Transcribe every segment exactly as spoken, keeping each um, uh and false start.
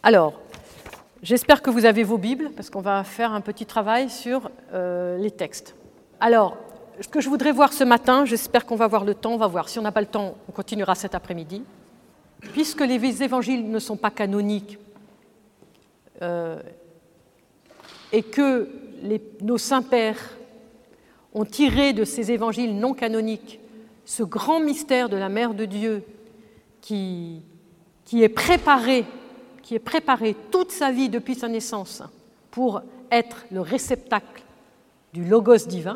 Alors, j'espère que vous avez vos Bibles, parce qu'on va faire un petit travail sur euh, les textes. Alors, ce que je voudrais voir ce matin, j'espère qu'on va avoir le temps, on va voir. Si on n'a pas le temps, on continuera cet après-midi. Puisque les évangiles ne sont pas canoniques euh, et que les, nos saints-pères ont tiré de ces évangiles non canoniques ce grand mystère de la Mère de Dieu qui, qui est préparé, qui est préparé toute sa vie depuis sa naissance pour être le réceptacle du Logos divin.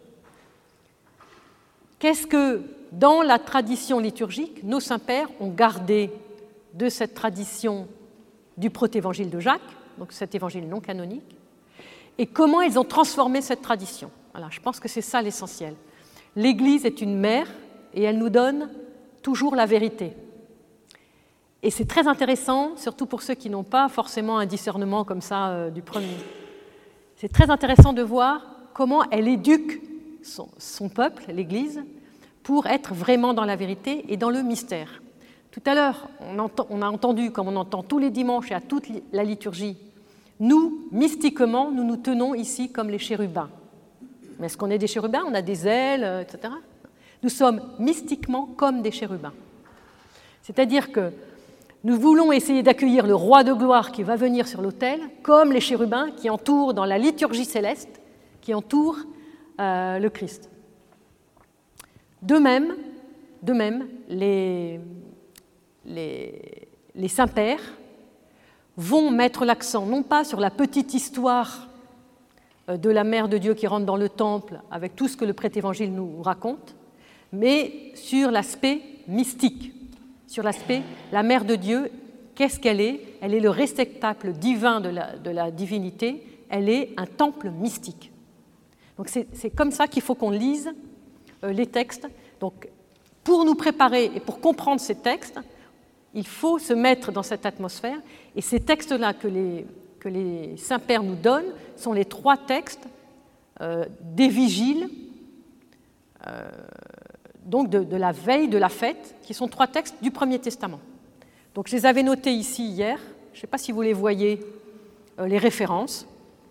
Qu'est-ce que, dans la tradition liturgique, nos saints-pères ont gardé de cette tradition du protévangile de Jacques, donc cet évangile non canonique, et comment ils ont transformé cette tradition. Voilà, je pense que c'est ça l'essentiel. L'Église est une mère et elle nous donne toujours la vérité. Et c'est très intéressant, surtout pour ceux qui n'ont pas forcément un discernement comme ça euh, du premier. C'est très intéressant de voir comment elle éduque son, son peuple, l'Église, pour être vraiment dans la vérité et dans le mystère. Tout à l'heure, on, entend, on a entendu, comme on entend tous les dimanches et à toute la liturgie, nous, mystiquement, nous nous tenons ici comme les chérubins. Mais est-ce qu'on est des chérubins? On a des ailes, et cetera. Nous sommes mystiquement comme des chérubins. C'est-à-dire que nous voulons essayer d'accueillir le roi de gloire qui va venir sur l'autel, comme les chérubins qui entourent dans la liturgie céleste, qui entourent euh, le Christ. De même, de même les, les, les saints-pères vont mettre l'accent non pas sur la petite histoire de la Mère de Dieu qui rentre dans le temple avec tout ce que le prêtre-évangile nous raconte, mais sur l'aspect mystique, sur l'aspect la Mère de Dieu, qu'est-ce qu'elle est? Elle est le réceptacle divin de la, de la divinité, elle est un temple mystique. Donc c'est, c'est comme ça qu'il faut qu'on lise euh, les textes. Donc pour nous préparer et pour comprendre ces textes, il faut se mettre dans cette atmosphère, et ces textes-là que les que les saints-pères nous donnent sont les trois textes euh, des vigiles, euh, donc de, de la veille de la fête, qui sont trois textes du Premier Testament. Donc je les avais notés ici hier, je ne sais pas si vous les voyez, euh, les références.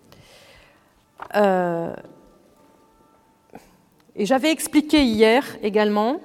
Euh, et j'avais expliqué hier également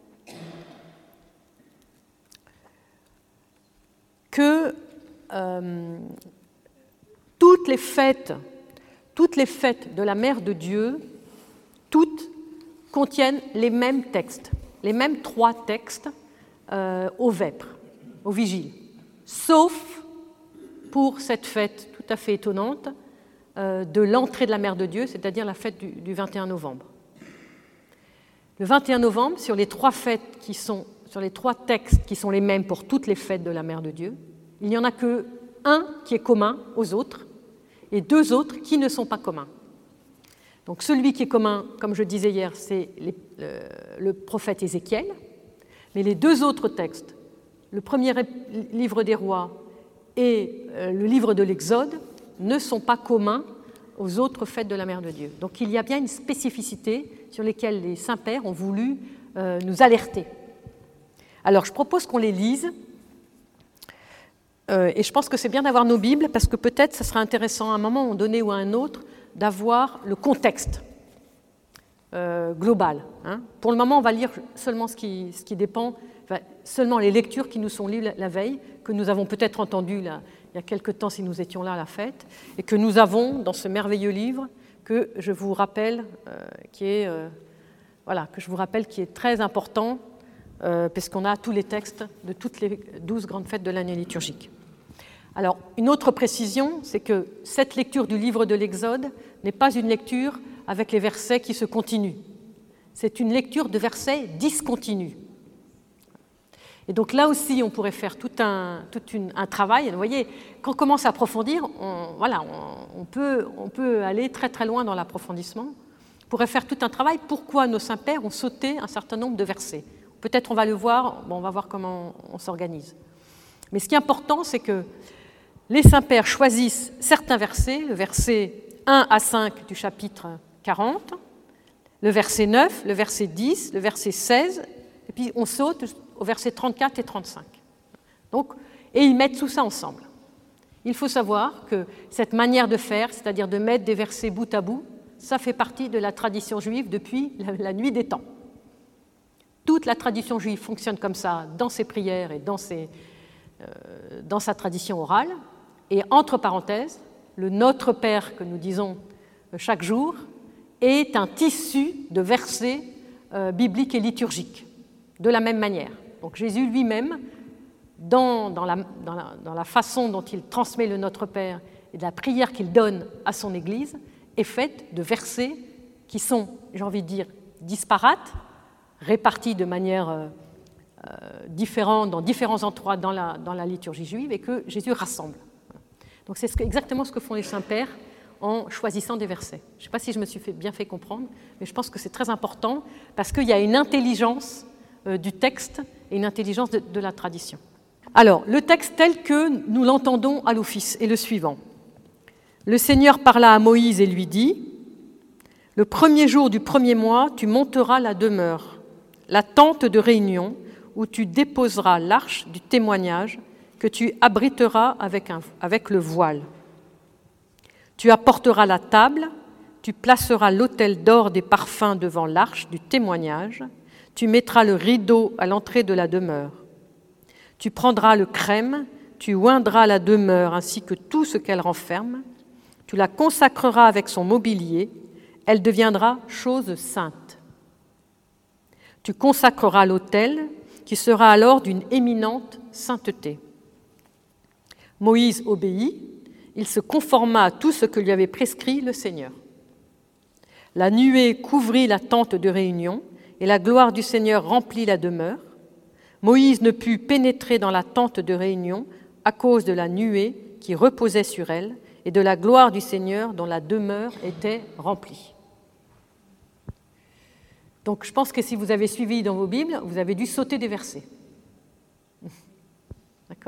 que euh, Toutes les fêtes, toutes les fêtes de la Mère de Dieu, toutes contiennent les mêmes textes, les mêmes trois textes euh, aux vêpres, aux vigiles, sauf pour cette fête tout à fait étonnante euh, de l'entrée de la Mère de Dieu, c'est-à-dire la fête du, du vingt et un novembre. Le vingt et un novembre, sur les trois fêtes qui sont, sur les trois textes qui sont les mêmes pour toutes les fêtes de la Mère de Dieu, il n'y en a que un qui est commun aux autres, et deux autres qui ne sont pas communs. Donc celui qui est commun, comme je disais hier, c'est les, le, le prophète Ézéchiel, mais les deux autres textes, le premier livre des rois et euh, le livre de l'Exode, ne sont pas communs aux autres fêtes de la Mère de Dieu. Donc il y a bien une spécificité sur laquelle les saints-pères ont voulu euh, nous alerter. Alors je propose qu'on les lise. Euh, et je pense que c'est bien d'avoir nos Bibles, parce que peut-être ça sera intéressant à un moment donné ou à un autre d'avoir le contexte euh, global. Hein. Pour le moment, on va lire seulement ce qui, ce qui dépend, enfin, seulement les lectures qui nous sont lues la, la veille, que nous avons peut-être entendues là, il y a quelque temps si nous étions là à la fête, et que nous avons dans ce merveilleux livre que je vous rappelle, euh, qui est, euh, voilà, que je vous rappelle qui est très important, euh, puisqu'on a tous les textes de toutes les douze grandes fêtes de l'année liturgique. Alors, une autre précision, c'est que cette lecture du livre de l'Exode n'est pas une lecture avec les versets qui se continuent. C'est une lecture de versets discontinus. Et donc là aussi, on pourrait faire tout un, tout une, un travail. Vous voyez, quand on commence à approfondir, on, voilà, on, on, peut, on peut aller très très loin dans l'approfondissement. On pourrait faire tout un travail. Pourquoi nos saints-pères ont sauté un certain nombre de versets? Peut-être on va le voir, bon, on va voir comment on, on s'organise. Mais ce qui est important, c'est que les saints-pères choisissent certains versets, le verset un à cinq du chapitre quarante, le verset neuf, le verset dix, le verset seize, et puis on saute au verset trente-quatre et trente-cinq. Donc, et ils mettent tout ça ensemble. Il faut savoir que cette manière de faire, c'est-à-dire de mettre des versets bout à bout, ça fait partie de la tradition juive depuis la, la nuit des temps. Toute la tradition juive fonctionne comme ça dans ses prières et dans, ses, euh, dans sa tradition orale. Et entre parenthèses, le Notre Père que nous disons chaque jour est un tissu de versets euh, bibliques et liturgiques, de la même manière. Donc Jésus lui-même, dans, dans, la, dans, la, dans la façon dont il transmet le Notre Père et de la prière qu'il donne à son Église, est faite de versets qui sont, j'ai envie de dire, disparates, répartis de manière euh, euh, différente dans différents endroits dans la, dans la liturgie juive et que Jésus rassemble. Donc c'est ce que, exactement ce que font les saints-pères en choisissant des versets. Je ne sais pas si je me suis fait, bien fait comprendre, mais je pense que c'est très important parce qu'il y a une intelligence euh, du texte et une intelligence de, de la tradition. Alors, le texte tel que nous l'entendons à l'office est le suivant. Le Seigneur parla à Moïse et lui dit « Le premier jour du premier mois, tu monteras la demeure, la tente de réunion, où tu déposeras l'arche du témoignage que tu abriteras avec, un, avec le voile. Tu apporteras la table, tu placeras l'autel d'or des parfums devant l'arche du témoignage, tu mettras le rideau à l'entrée de la demeure. Tu prendras le crème, tu oindras la demeure ainsi que tout ce qu'elle renferme, tu la consacreras avec son mobilier, elle deviendra chose sainte. Tu consacreras l'autel, qui sera alors d'une éminente sainteté. » Moïse obéit, il se conforma à tout ce que lui avait prescrit le Seigneur. La nuée couvrit la tente de réunion, et la gloire du Seigneur remplit la demeure. Moïse ne put pénétrer dans la tente de réunion à cause de la nuée qui reposait sur elle et de la gloire du Seigneur dont la demeure était remplie. Donc je pense que si vous avez suivi dans vos Bibles, vous avez dû sauter des versets. D'accord ?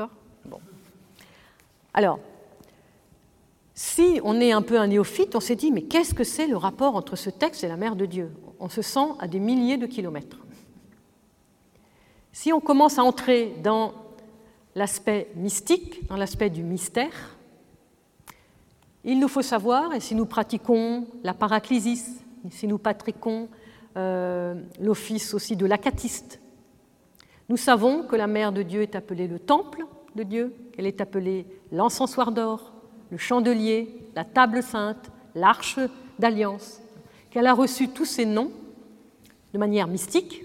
Bon. Alors, si on est un peu un néophyte, on s'est dit, mais qu'est-ce que c'est le rapport entre ce texte et la mère de Dieu ? On se sent à des milliers de kilomètres. Si on commence à entrer dans l'aspect mystique, dans l'aspect du mystère, il nous faut savoir, et si nous pratiquons la paraclésis, si nous pratiquons euh, l'office aussi de l'acatiste, nous savons que la mère de Dieu est appelée le temple de Dieu, qu'elle est appelée l'encensoir d'or, le chandelier, la table sainte, l'arche d'alliance, qu'elle a reçu tous ces noms de manière mystique,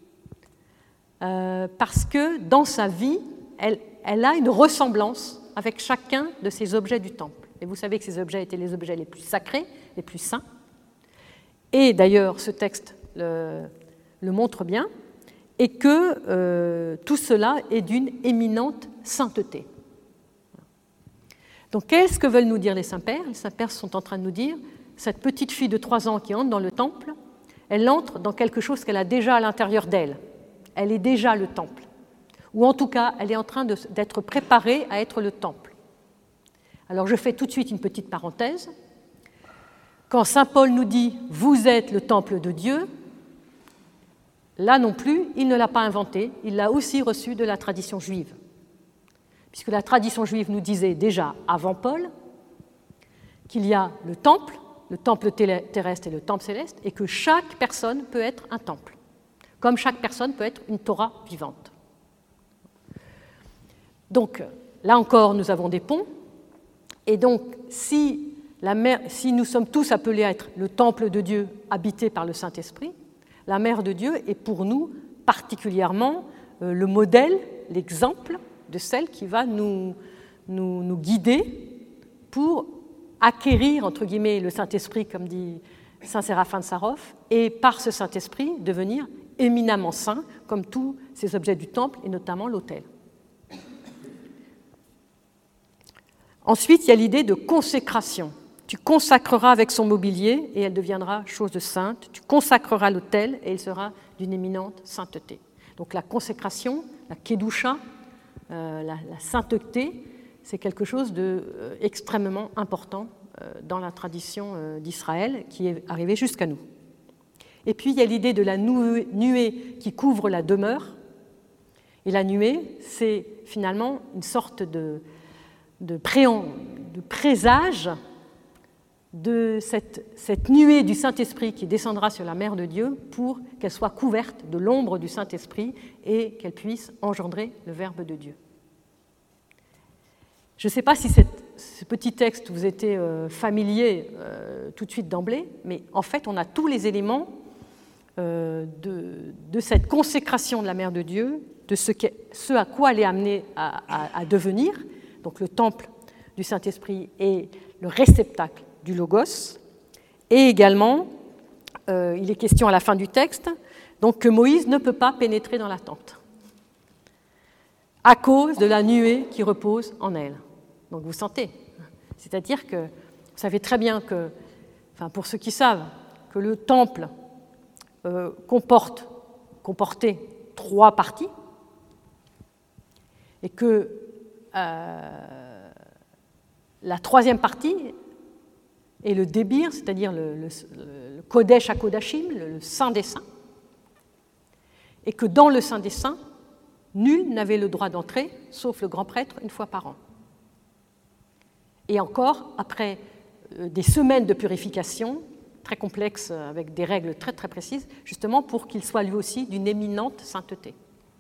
euh, parce que dans sa vie, elle, elle a une ressemblance avec chacun de ces objets du temple. Et vous savez que ces objets étaient les objets les plus sacrés, les plus saints. Et d'ailleurs, ce texte le, le montre bien, et que euh, tout cela est d'une éminente sainteté. Donc, qu'est-ce que veulent nous dire les saints-pères ? Les saints-pères sont en train de nous dire, cette petite fille de trois ans qui entre dans le temple, elle entre dans quelque chose qu'elle a déjà à l'intérieur d'elle. Elle est déjà le temple. Ou en tout cas, elle est en train de, d'être préparée à être le temple. Alors, je fais tout de suite une petite parenthèse. Quand saint Paul nous dit « vous êtes le temple de Dieu », là non plus, il ne l'a pas inventé, il l'a aussi reçu de la tradition juive. Puisque la tradition juive nous disait déjà avant Paul qu'il y a le temple, le temple terrestre et le temple céleste, et que chaque personne peut être un temple, comme chaque personne peut être une Torah vivante. Donc, là encore, nous avons des ponts, et donc, si, la mère, si nous sommes tous appelés à être le temple de Dieu habité par le Saint-Esprit, la Mère de Dieu est pour nous particulièrement euh, le modèle, l'exemple de celle qui va nous, nous, nous guider pour acquérir, entre guillemets, le Saint-Esprit, comme dit saint Séraphin de Sarov, et par ce Saint-Esprit devenir éminemment saint, comme tous ces objets du temple, et notamment l'autel. Ensuite, il y a l'idée de consécration. Tu consacreras avec son mobilier et elle deviendra chose de sainte. Tu consacreras l'autel et il sera d'une éminente sainteté. Donc la consécration, la kedusha, euh, la, la sainteté, c'est quelque chose d'extrêmement euh, important euh, dans la tradition euh, d'Israël qui est arrivée jusqu'à nous. Et puis il y a l'idée de la nuée, nuée qui couvre la demeure. Et la nuée, c'est finalement une sorte de de, préen, de présage de cette, cette nuée du Saint-Esprit qui descendra sur la mère de Dieu pour qu'elle soit couverte de l'ombre du Saint-Esprit et qu'elle puisse engendrer le Verbe de Dieu. Je ne sais pas si cette, ce petit texte vous était euh, familier euh, tout de suite d'emblée, mais en fait, on a tous les éléments euh, de, de cette consécration de la mère de Dieu, de ce, ce à quoi elle est amenée à, à, à devenir, donc le temple du Saint-Esprit et le réceptacle du Logos, et également, euh, il est question à la fin du texte, donc que Moïse ne peut pas pénétrer dans la tente à cause de la nuée qui repose en elle. Donc vous sentez, c'est-à-dire que vous savez très bien que, enfin pour ceux qui savent, que le temple euh, comporte, comportait trois parties et que euh, la troisième partie est le débir, c'est-à-dire le, le, le Kodesh HaKodashim, le, le Saint des Saints, et que dans le Saint des Saints, nul n'avait le droit d'entrer, sauf le grand prêtre, une fois par an. Et encore, après des semaines de purification, très complexes, avec des règles très très précises, justement pour qu'il soit lui aussi d'une éminente sainteté.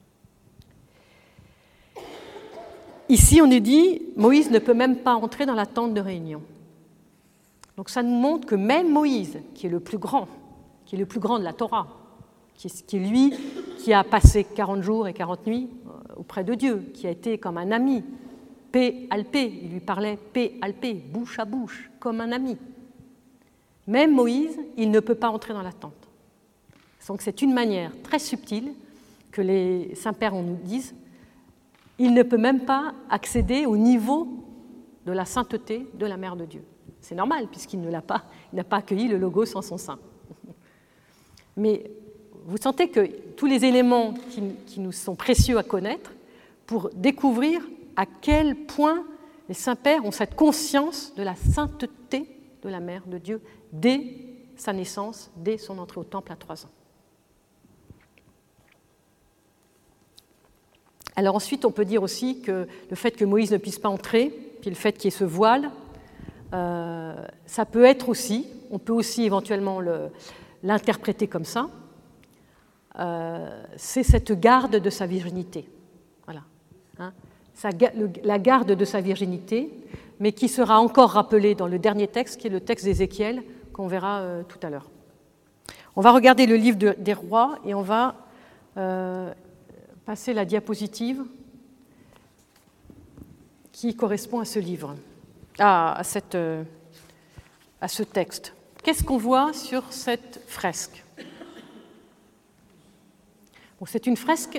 Ici, on est dit, Moïse ne peut même pas entrer dans la tente de réunion. Donc ça nous montre que même Moïse, qui est le plus grand, qui est le plus grand de la Torah, qui est, qui est lui qui a passé quarante jours et quarante nuits auprès de Dieu, qui a été comme un ami, P alpé, il lui parlait P alpé, bouche à bouche, comme un ami. Même Moïse, il ne peut pas entrer dans la tente. Donc c'est une manière très subtile que les saints-pères nous disent, il ne peut même pas accéder au niveau de la sainteté de la Mère de Dieu. C'est normal, puisqu'il ne l'a pas, il n'a pas accueilli le Logos en son sein. Mais vous sentez que tous les éléments qui, qui nous sont précieux à connaître pour découvrir à quel point les saints-pères ont cette conscience de la sainteté de la Mère de Dieu dès sa naissance, dès son entrée au temple à trois ans. Alors ensuite, on peut dire aussi que le fait que Moïse ne puisse pas entrer, puis le fait qu'il y ait ce voile, euh, ça peut être aussi, on peut aussi éventuellement le, l'interpréter comme ça, euh, c'est cette garde de sa virginité. Voilà. Hein, sa, le, la garde de sa virginité, mais qui sera encore rappelée dans le dernier texte, qui est le texte d'Ézéchiel, qu'on verra euh, tout à l'heure. On va regarder le livre de, des rois et on va euh, passer la diapositive qui correspond à ce livre, à, à, cette, euh, à ce texte. Qu'est-ce qu'on voit sur cette fresque ? Bon, c'est une fresque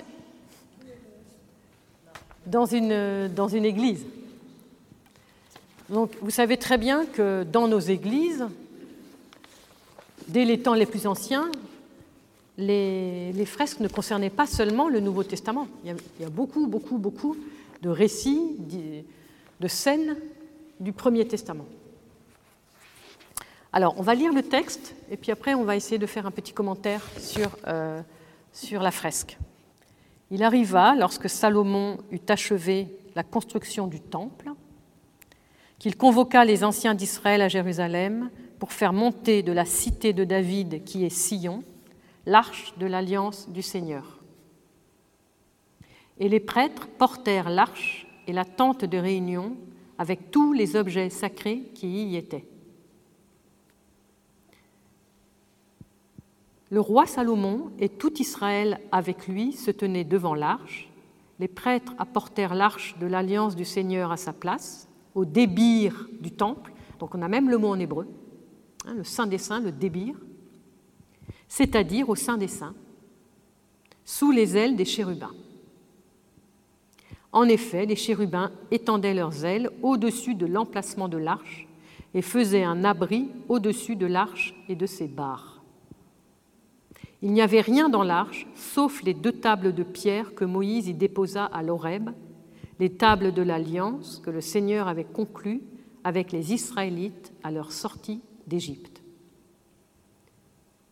dans une, dans une église. Donc, vous savez très bien que dans nos églises, dès les temps les plus anciens, les, les fresques ne concernaient pas seulement le Nouveau Testament. Il y a, il y a beaucoup, beaucoup, beaucoup de récits, de scènes du Premier Testament. Alors, on va lire le texte, et puis après, on va essayer de faire un petit commentaire sur, euh, sur la fresque. Il arriva, lorsque Salomon eut achevé la construction du temple, qu'il convoqua les anciens d'Israël à Jérusalem pour faire monter de la cité de David, qui est Sion, l'arche de l'alliance du Seigneur. Et les prêtres portèrent l'arche et la tente de réunion avec tous les objets sacrés qui y étaient. Le roi Salomon et tout Israël avec lui se tenaient devant l'arche. Les prêtres apportèrent l'arche de l'alliance du Seigneur à sa place, au débir du temple. Donc on a même le mot en hébreu, hein, le Saint des Saints, le débir, c'est-à-dire au Saint des Saints, sous les ailes des chérubins. En effet, les chérubins étendaient leurs ailes au-dessus de l'emplacement de l'arche et faisaient un abri au-dessus de l'arche et de ses barres. Il n'y avait rien dans l'arche, sauf les deux tables de pierre que Moïse y déposa à l'Horeb, les tables de l'alliance que le Seigneur avait conclues avec les Israélites à leur sortie d'Égypte.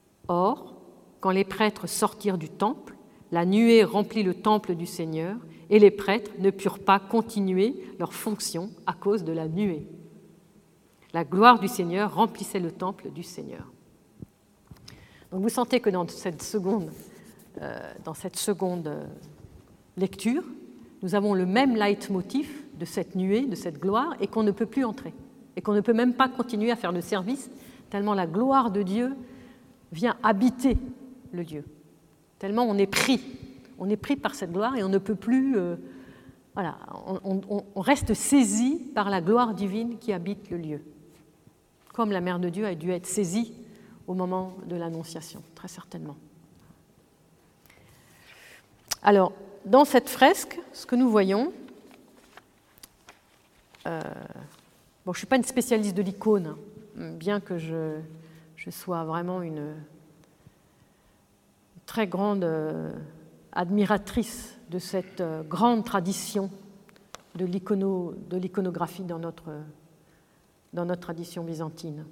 Or, quand les prêtres sortirent du temple, la nuée remplit le temple du Seigneur, et les prêtres ne purent pas continuer leur fonction à cause de la nuée. La gloire du Seigneur remplissait le temple du Seigneur. Donc vous sentez que dans cette seconde, euh, dans cette seconde euh, lecture, nous avons le même leitmotiv de cette nuée, de cette gloire, et qu'on ne peut plus entrer, et qu'on ne peut même pas continuer à faire le service, tellement la gloire de Dieu vient habiter le lieu, tellement on est pris, on est pris par cette gloire et on ne peut plus, euh, voilà, on, on, on reste saisi par la gloire divine qui habite le lieu, comme la Mère de Dieu a dû être saisie au moment de l'Annonciation, très certainement. Alors, dans cette fresque, ce que nous voyons, euh, bon, je ne suis pas une spécialiste de l'icône, bien que je, je sois vraiment une très grande euh, admiratrice de cette euh, grande tradition de, l'icono, de l'iconographie dans notre, dans notre tradition byzantine.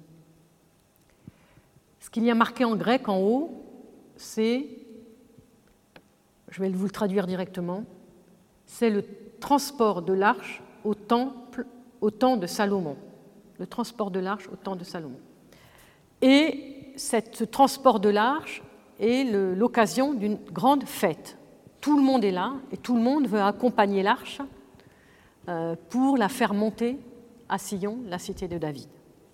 Ce qu'il y a marqué en grec en haut, c'est, je vais vous le traduire directement, c'est le transport de l'arche au temple au temps de Salomon. Le transport de l'arche au temps de Salomon. Et cette, ce transport de l'arche est le, l'occasion d'une grande fête. Tout le monde est là et tout le monde veut accompagner l'arche euh, pour la faire monter à Sion, la cité de David.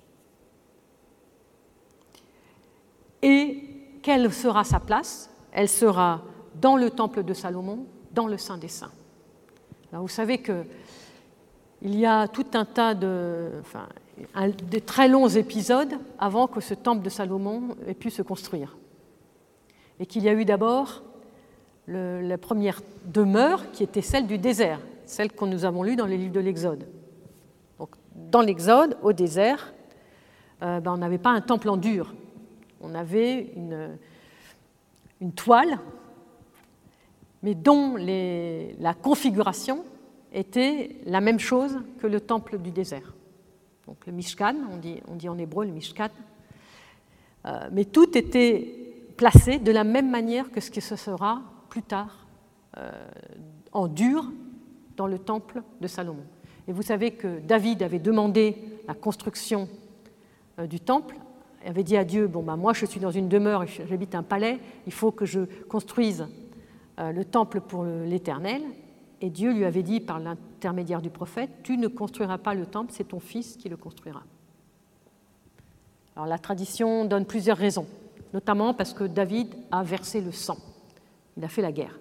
Et quelle sera sa place? Elle sera dans le temple de Salomon, dans le Saint des Saints. Alors vous savez qu'il y a tout un tas de, enfin, un, de très longs épisodes avant que ce temple de Salomon ait pu se construire. Et qu'il y a eu d'abord le, la première demeure qui était celle du désert, celle que nous avons lue dans les livres de l'Exode. Donc, dans l'Exode, au désert, euh, ben, on n'avait pas un temple en dur. On avait une, une toile, mais dont les, la configuration était la même chose que le temple du désert. Donc le Mishkan, on dit, on dit en hébreu le Mishkan, euh, mais tout était placé de la même manière que ce qui se sera plus tard euh, en dur dans le temple de Salomon. Et vous savez que David avait demandé la construction euh, du temple. Il avait dit à Dieu, bon, bah, moi je suis dans une demeure, j'habite un palais, il faut que je construise euh, le temple pour l'Éternel. Et Dieu lui avait dit par l'intermédiaire du prophète, tu ne construiras pas le temple, c'est ton fils qui le construira. Alors la tradition donne plusieurs raisons, notamment parce que David a versé le sang, il a fait la guerre.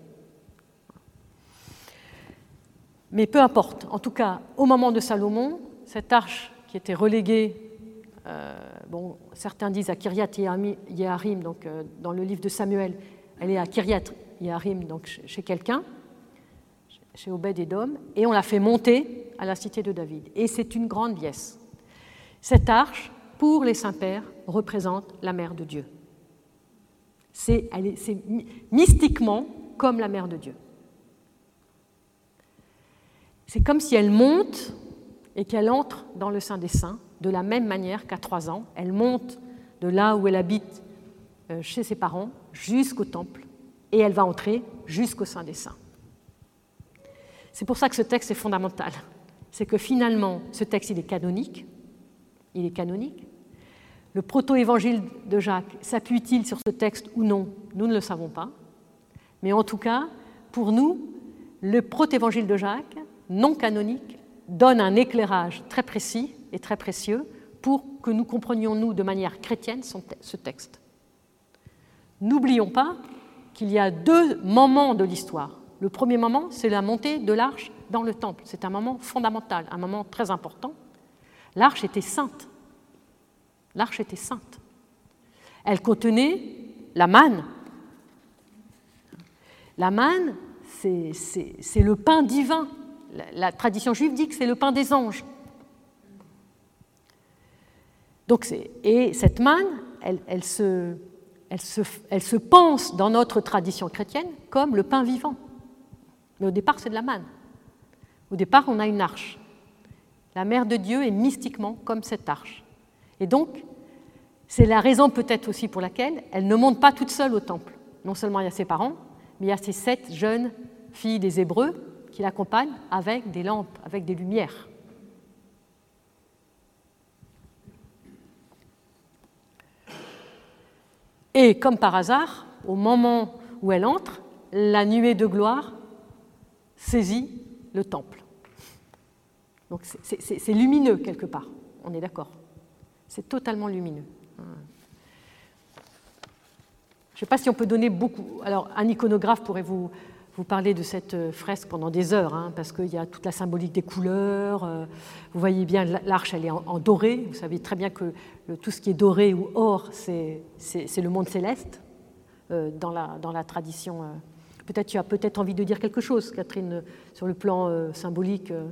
Mais peu importe, en tout cas, au moment de Salomon, cette arche qui était reléguée, Euh, bon, certains disent à Kiryat Yearim, donc euh, dans le livre de Samuel, elle est à Kiryat Yearim, donc chez quelqu'un, chez Obed-Édom, et on l'a fait monter à la cité de David. Et c'est une grande pièce. Cette arche, pour les saints-pères, représente la mère de Dieu. C'est, elle est, c'est mystiquement comme la mère de Dieu. C'est comme si elle monte et qu'elle entre dans le Saint des Saints, de la même manière qu'à trois ans, elle monte de là où elle habite chez ses parents jusqu'au temple et elle va entrer jusqu'au Saint des Saints. C'est pour ça que ce texte est fondamental. C'est que finalement, ce texte, il est canonique. Il est canonique. Le proto-évangile de Jacques s'appuie-t-il sur ce texte ou non? Nous ne le savons pas. Mais en tout cas, pour nous, le proto-évangile de Jacques, non canonique, donne un éclairage très précis et très précieux pour que nous comprenions, nous, de manière chrétienne, ce texte. N'oublions pas qu'il y a deux moments de l'histoire. Le premier moment, c'est la montée de l'arche dans le temple. C'est un moment fondamental, un moment très important. L'arche était sainte. L'arche était sainte. Elle contenait la manne. La manne, c'est, c'est, c'est le pain divin. La, la tradition juive dit que c'est le pain des anges. Donc c'est, et cette manne, elle, elle, se, elle, se, elle se pense dans notre tradition chrétienne comme le pain vivant. Mais au départ, c'est de la manne. Au départ, on a une arche. La mère de Dieu est mystiquement comme cette arche. Et donc, c'est la raison peut-être aussi pour laquelle elle ne monte pas toute seule au temple. Non seulement il y a ses parents, mais il y a ces sept jeunes filles des Hébreux qui l'accompagnent avec des lampes, avec des lumières. Et comme par hasard, au moment où elle entre, la nuée de gloire saisit le temple. Donc c'est, c'est, c'est lumineux quelque part, on est d'accord. C'est totalement lumineux. Je ne sais pas si on peut donner beaucoup. Alors, un iconographe pourrait vous, vous parler de cette fresque pendant des heures, hein, parce qu'il y a toute la symbolique des couleurs. Euh, vous voyez bien, l'arche, elle est en, en doré. Vous savez très bien que le, tout ce qui est doré ou or, c'est, c'est, c'est le monde céleste euh, dans, la, dans la tradition. Euh. Peut-être tu as peut-être envie de dire quelque chose, Catherine, sur le plan euh, symbolique. Euh.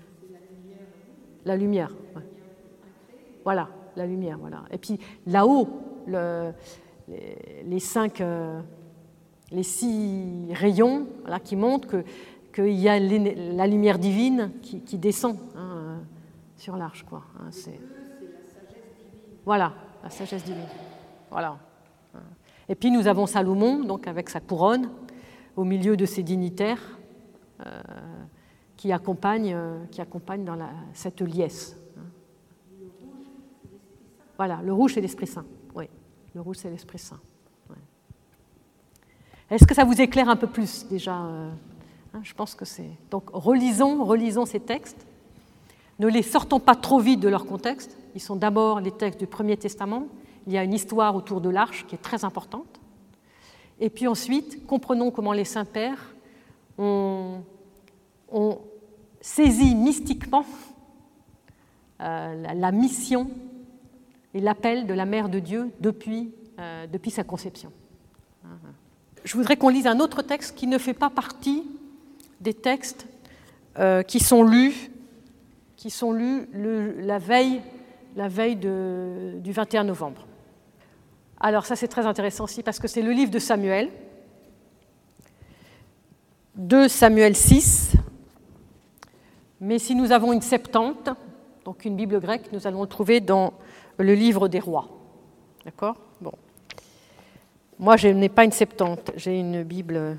La lumière. Ouais. Voilà, la lumière. Voilà. Et puis là-haut, le, les, les cinq, euh, les six rayons voilà, qui montrent que, qu'il y a la lumière divine qui, qui descend hein, sur l'arche. Quoi, hein, c'est... Voilà, la sagesse divine. Voilà. Et puis nous avons Salomon, donc avec sa couronne, au milieu de ses dignitaires, euh, qui accompagnent, euh, qui accompagnent dans la, cette liesse. Voilà, le rouge, c'est l'Esprit Saint. Oui, le rouge, c'est l'Esprit Saint. Ouais. Est-ce que ça vous éclaire un peu plus, déjà euh, hein, je pense que c'est... Donc, relisons, relisons ces textes. Ne les sortons pas trop vite de leur contexte. Ils sont d'abord les textes du Premier Testament. Il y a une histoire autour de l'arche qui est très importante. Et puis ensuite, comprenons comment les saints-pères ont, ont saisi mystiquement euh, la, la mission et l'appel de la Mère de Dieu depuis, euh, depuis sa conception. Je voudrais qu'on lise un autre texte qui ne fait pas partie des textes euh, qui sont lus, qui sont lus le, la veille, la veille de, du vingt et un novembre. Alors ça c'est très intéressant aussi parce que c'est le livre de Samuel, deux Samuel six, mais si nous avons une Septante, donc une Bible grecque, nous allons le trouver dans le livre des rois. D'accord ? Bon. Moi, je n'ai pas une Septante, j'ai une Bible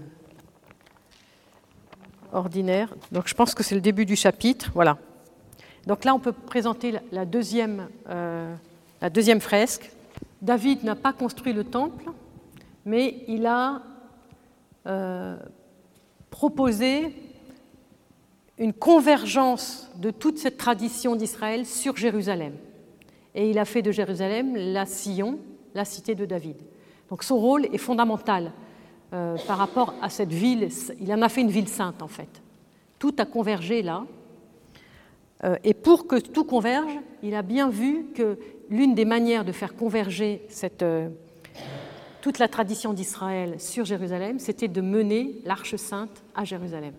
ordinaire. Donc, je pense que c'est le début du chapitre. Voilà. Donc là, on peut présenter la deuxième, euh, la deuxième fresque. David n'a pas construit le temple, mais il a euh, proposé une convergence de toute cette tradition d'Israël sur Jérusalem. Et il a fait de Jérusalem la Sion, la cité de David. Donc son rôle est fondamental euh, par rapport à cette ville. Il en a fait une ville sainte, en fait. Tout a convergé là. Euh, et pour que tout converge, il a bien vu que l'une des manières de faire converger cette, euh, toute la tradition d'Israël sur Jérusalem, c'était de mener l'Arche sainte à Jérusalem.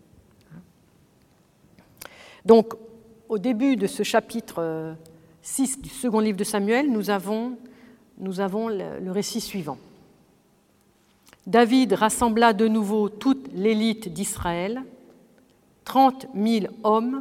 Donc, au début de ce chapitre euh, six du second livre de Samuel, nous avons, nous avons le, le récit suivant. David rassembla de nouveau toute l'élite d'Israël, trente mille hommes,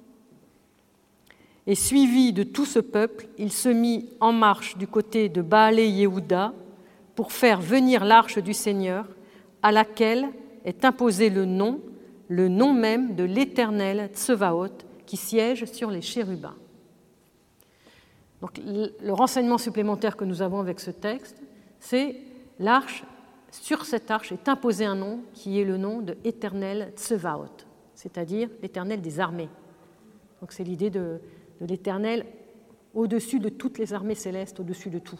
et suivi de tout ce peuple, il se mit en marche du côté de Baalé-Yehuda pour faire venir l'arche du Seigneur, à laquelle est imposé le nom, le nom même de l'Éternel Tsevaot, qui siège sur les chérubins. Donc, le renseignement supplémentaire que nous avons avec ce texte, c'est l'arche, sur cette arche est imposé un nom qui est le nom de Éternel Tsevaot, c'est-à-dire l'Éternel des armées. Donc c'est l'idée de, de l'Éternel au-dessus de toutes les armées célestes, au-dessus de tout.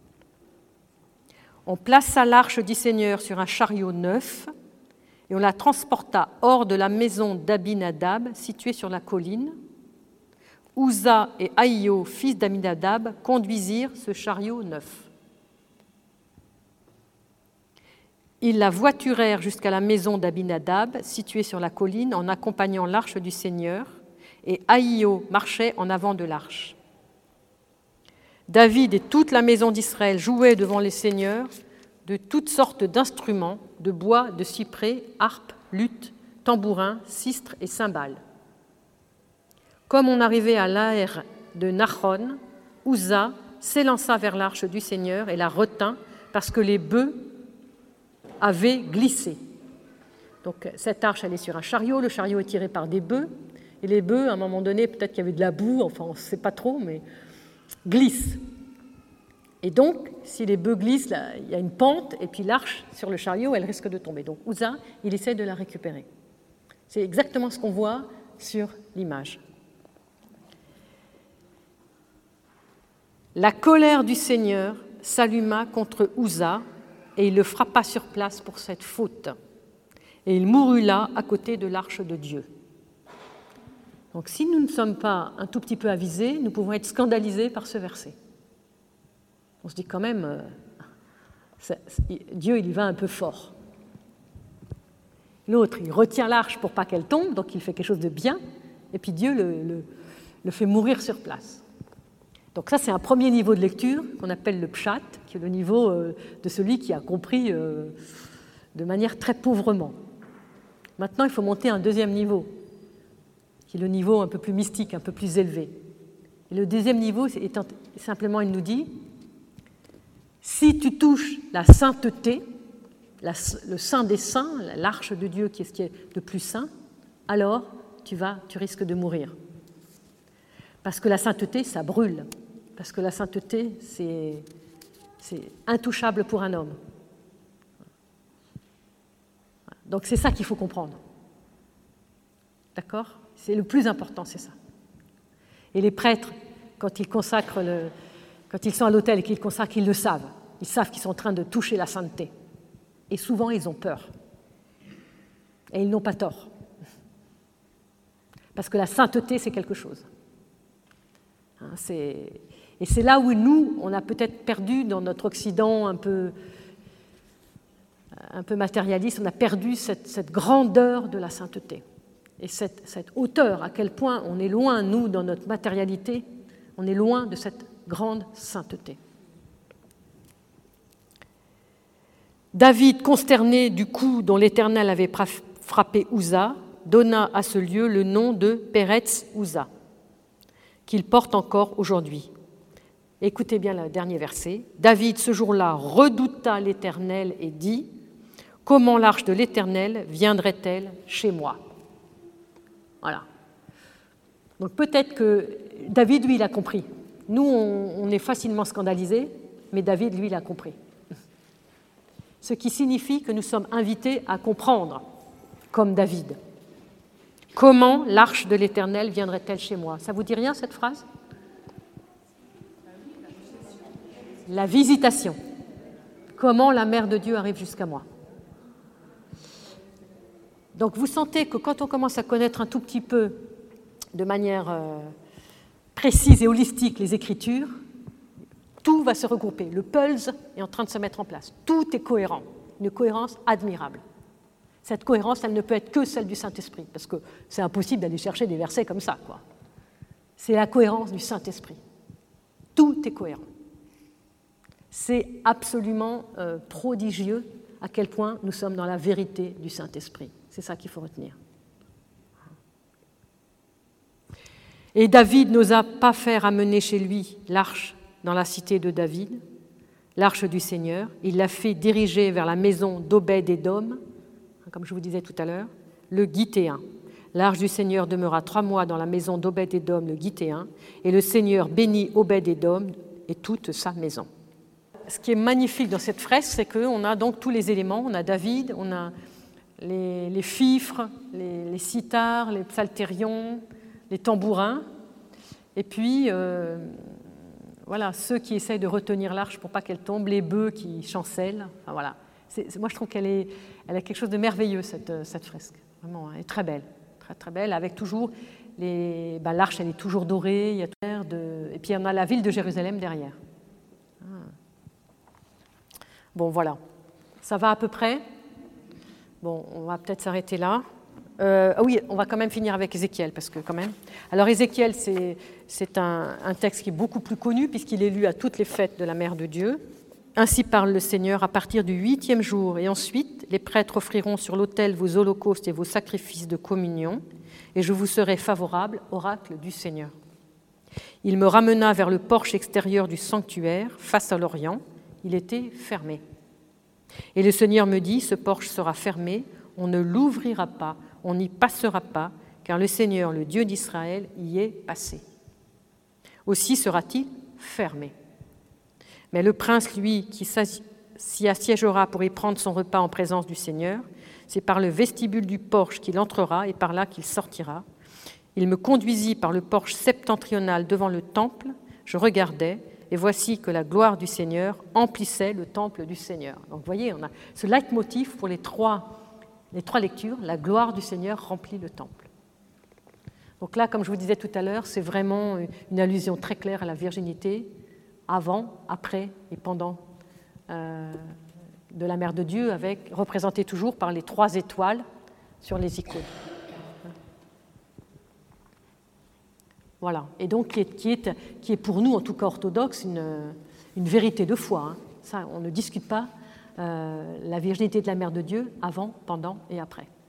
On plaça l'arche du Seigneur sur un chariot neuf et on la transporta hors de la maison d'Abinadab, située sur la colline. Uza et Ahio, fils d'Aminadab, conduisirent ce chariot neuf. Ils la voiturèrent jusqu'à la maison d'Abinadab, située sur la colline, en accompagnant l'arche du Seigneur, et Ahio marchait en avant de l'arche. David et toute la maison d'Israël jouaient devant les seigneurs de toutes sortes d'instruments, de bois, de cyprès, harpes, luttes, tambourins, sistres et cymbales. Comme on arrivait à l'aire de Nachon, Uza s'élança vers l'arche du Seigneur et la retint parce que les bœufs avaient glissé. Donc cette arche, elle est sur un chariot, le chariot est tiré par des bœufs, et les bœufs, à un moment donné, peut-être qu'il y avait de la boue, enfin on ne sait pas trop, mais glissent. Et donc, si les bœufs glissent, là, il y a une pente, et puis l'arche sur le chariot, elle risque de tomber. Donc Uza, il essaie de la récupérer. C'est exactement ce qu'on voit sur l'image. La colère du Seigneur s'alluma contre Uza, et il le frappa sur place pour cette faute. Et il mourut là, à côté de l'arche de Dieu. Donc si nous ne sommes pas un tout petit peu avisés, nous pouvons être scandalisés par ce verset. On se dit quand même, euh, ça, Dieu il y va un peu fort. L'autre, il retient l'arche pour pas qu'elle tombe, donc il fait quelque chose de bien, et puis Dieu le, le, le fait mourir sur place. Donc ça, c'est un premier niveau de lecture qu'on appelle le pshat, qui est le niveau euh, de celui qui a compris euh, de manière très pauvrement. Maintenant, il faut monter à un deuxième niveau, qui est le niveau un peu plus mystique, un peu plus élevé. Et le deuxième niveau, c'est simplement, il nous dit, si tu touches la sainteté, la, le saint des saints, l'arche de Dieu qui est ce qui est de plus saint, alors tu, vas, tu risques de mourir. Parce que la sainteté, ça brûle. Parce que la sainteté, c'est, c'est intouchable pour un homme. Donc c'est ça qu'il faut comprendre. D'accord ? C'est le plus important, c'est ça. Et les prêtres, quand ils consacrent le, quand ils sont à l'autel et qu'ils consacrent, ils le savent. Ils savent qu'ils sont en train de toucher la sainteté. Et souvent, ils ont peur. Et ils n'ont pas tort. Parce que la sainteté, c'est quelque chose. Hein, c'est... Et c'est là où nous, on a peut-être perdu dans notre Occident un peu, un peu matérialiste, on a perdu cette, cette grandeur de la sainteté. Et cette, cette hauteur, à quel point on est loin, nous, dans notre matérialité, on est loin de cette grande sainteté. David, consterné du coup dont l'Éternel avait frappé Uza, donna à ce lieu le nom de Peretz Uza, qu'il porte encore aujourd'hui. Écoutez bien le dernier verset. David, ce jour-là, redouta l'Éternel et dit « Comment l'arche de l'Éternel viendrait-elle chez moi ?» Voilà. Donc peut-être que David, lui, il a compris. Nous, on, on est facilement scandalisés, mais David, lui, il a compris. Ce qui signifie que nous sommes invités à comprendre, comme David. Comment l'arche de l'Éternel viendrait-elle chez moi ? Ça vous dit rien, cette phrase ? La visitation. Comment la mère de Dieu arrive jusqu'à moi. Donc vous sentez que quand on commence à connaître un tout petit peu, de manière euh, précise et holistique, les Écritures, tout va se regrouper. Le puzzle est en train de se mettre en place. Tout est cohérent. Une cohérence admirable. Cette cohérence, elle ne peut être que celle du Saint-Esprit, parce que c'est impossible d'aller chercher des versets comme ça, quoi. C'est la cohérence du Saint-Esprit. Tout est cohérent. C'est absolument euh, prodigieux à quel point nous sommes dans la vérité du Saint-Esprit. C'est ça qu'il faut retenir. Et David n'osa pas faire amener chez lui l'arche dans la cité de David, l'arche du Seigneur. Il l'a fait diriger vers la maison d'Obed-Édom, comme je vous disais tout à l'heure, le Gittéen. L'arche du Seigneur demeura trois mois dans la maison d'Obed-Édom, le Gittéen, et le Seigneur bénit Obed-Édom et toute sa maison. Ce qui est magnifique dans cette fresque, c'est qu'on a donc tous les éléments. On a David, on a les, les fifres, les, les cithars, les psaltérions, les tambourins, et puis euh, voilà, ceux qui essayent de retenir l'arche pour pas qu'elle tombe, les bœufs qui chancellent. Enfin, voilà. C'est, c'est, moi, je trouve qu'elle est, elle a quelque chose de merveilleux, cette, cette fresque. Vraiment, elle est très belle, très très belle, avec toujours les, bah, l'arche, elle est toujours dorée, il y a tout l'air de, et puis on a la ville de Jérusalem derrière. Ah. Bon, voilà. Ça va à peu près ? Bon, on va peut-être s'arrêter là. Euh, ah oui, on va quand même finir avec Ézéchiel, parce que quand même... Alors Ézéchiel, c'est, c'est un, un texte qui est beaucoup plus connu, puisqu'il est lu à toutes les fêtes de la Mère de Dieu. Ainsi parle le Seigneur à partir du huitième jour, et ensuite les prêtres offriront sur l'autel vos holocaustes et vos sacrifices de communion, et je vous serai favorable, oracle du Seigneur. Il me ramena vers le porche extérieur du sanctuaire, face à l'Orient. Il était fermé. Et le Seigneur me dit, ce porche sera fermé On ne l'ouvrira pas, on n'y passera pas, car le Seigneur, le Dieu d'Israël, y est passé. Aussi sera-t-il fermé. Mais le prince, lui, qui s'y assiégera pour y prendre son repas en présence du Seigneur, c'est par le vestibule du porche qu'il entrera et par là qu'il sortira. Il me conduisit par le porche septentrional devant le temple, je regardais, et voici que la gloire du Seigneur emplissait le temple du Seigneur. Donc vous voyez, on a ce leitmotiv pour les trois, les trois lectures, la gloire du Seigneur remplit le temple. Donc là, comme je vous disais tout à l'heure, c'est vraiment une allusion très claire à la virginité, avant, après et pendant euh, de la Mère de Dieu, avec, représentée toujours par les trois étoiles sur les icônes. Voilà, et donc qui est, qui, est, qui est pour nous, en tout cas orthodoxe, une, une vérité de foi. Hein. Ça, on ne discute pas euh, la virginité de la Mère de Dieu avant, pendant et après.